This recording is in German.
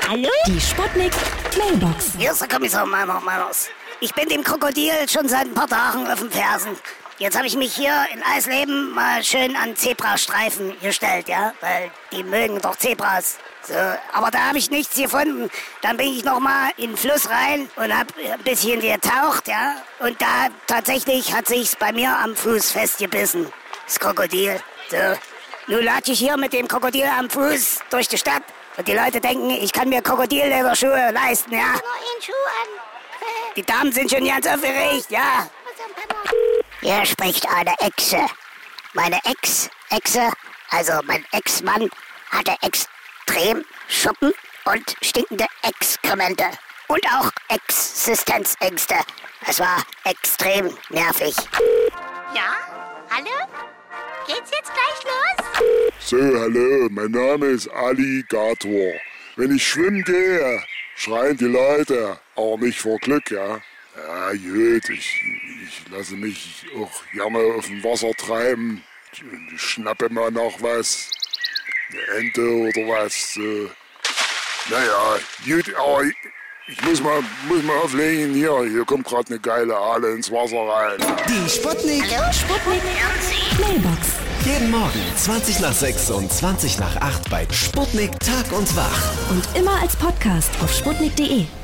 Hallo? Die Sputnik Mailbox. Hier ist der Kommissar Manners. Ich bin dem Krokodil schon seit ein paar Tagen auf den Fersen. Jetzt habe ich mich hier in Eisleben mal schön an Zebrastreifen gestellt, ja? Weil die mögen doch Zebras. So, aber da habe ich nichts gefunden. Dann bin ich nochmal in den Fluss rein und habe ein bisschen getaucht, ja? Und da tatsächlich hat sich's bei mir am Fuß festgebissen. Das Krokodil. So, nun latsche ich hier mit dem Krokodil am Fuß durch die Stadt. Und die Leute denken, ich kann mir Krokodillederschuhe leisten, ja? Nur in Schuh an. Die Damen sind schon ganz aufgeregt, ja? Hier spricht eine Echse. Meine Ex-Echse, also mein Ex-Mann, hatte extrem Schuppen und stinkende Exkremente. Und auch Existenzängste. Es war extrem nervig. Ja? Hallo? Geht's jetzt gleich los? So, hallo, mein Name ist Alligator. Wenn ich schwimmen gehe, schreien die Leute, aber nicht vor Glück, ja. Ja, gut, ich lasse mich auch gerne auf dem Wasser treiben. Ich schnappe mal noch was, eine Ente oder was. Naja, gut, aber ich muss mal auflegen. Hier kommt gerade eine geile Aale ins Wasser rein. Die Sputnik. Hallo? Sputnik Mailbox. Jeden Morgen 20 nach 6 und 20 nach 8 bei Sputnik Tag und Wach. Und immer als Podcast auf sputnik.de.